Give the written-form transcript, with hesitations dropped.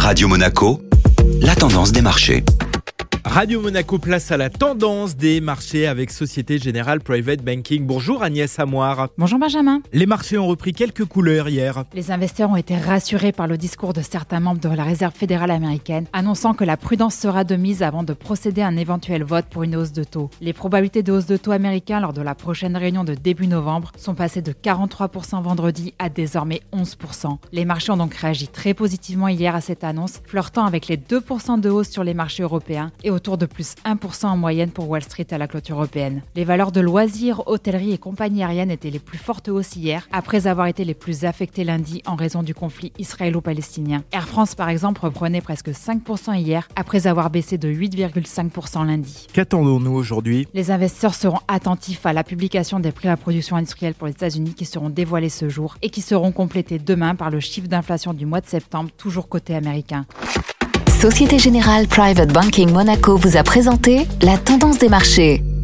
Radio Monaco, la tendance des marchés. Radio Monaco place à la tendance des marchés avec Société Générale Private Banking. Bonjour Agnès Amoir. Bonjour Benjamin. Les marchés ont repris quelques couleurs hier. Les investisseurs ont été rassurés par le discours de certains membres de la Réserve fédérale américaine, annonçant que la prudence sera de mise avant de procéder à un éventuel vote pour une hausse de taux. Les probabilités de hausse de taux américains lors de la prochaine réunion de début novembre sont passées de 43% vendredi à désormais 11%. Les marchés ont donc réagi très positivement hier à cette annonce, flirtant avec les 2% de hausse sur les marchés européens et autour de plus 1% en moyenne pour Wall Street à la clôture européenne. Les valeurs de loisirs, hôtellerie et compagnies aériennes étaient les plus fortes hausses hier, après avoir été les plus affectées lundi en raison du conflit israélo-palestinien. Air France par exemple reprenait presque 5% hier, après avoir baissé de 8,5% lundi. Qu'attendons-nous aujourd'hui ? Les investisseurs seront attentifs à la publication des prix à la production industrielle pour les États-Unis qui seront dévoilés ce jour et qui seront complétés demain par le chiffre d'inflation du mois de septembre, toujours côté américain. Société Générale Private Banking Monaco vous a présenté la tendance des marchés.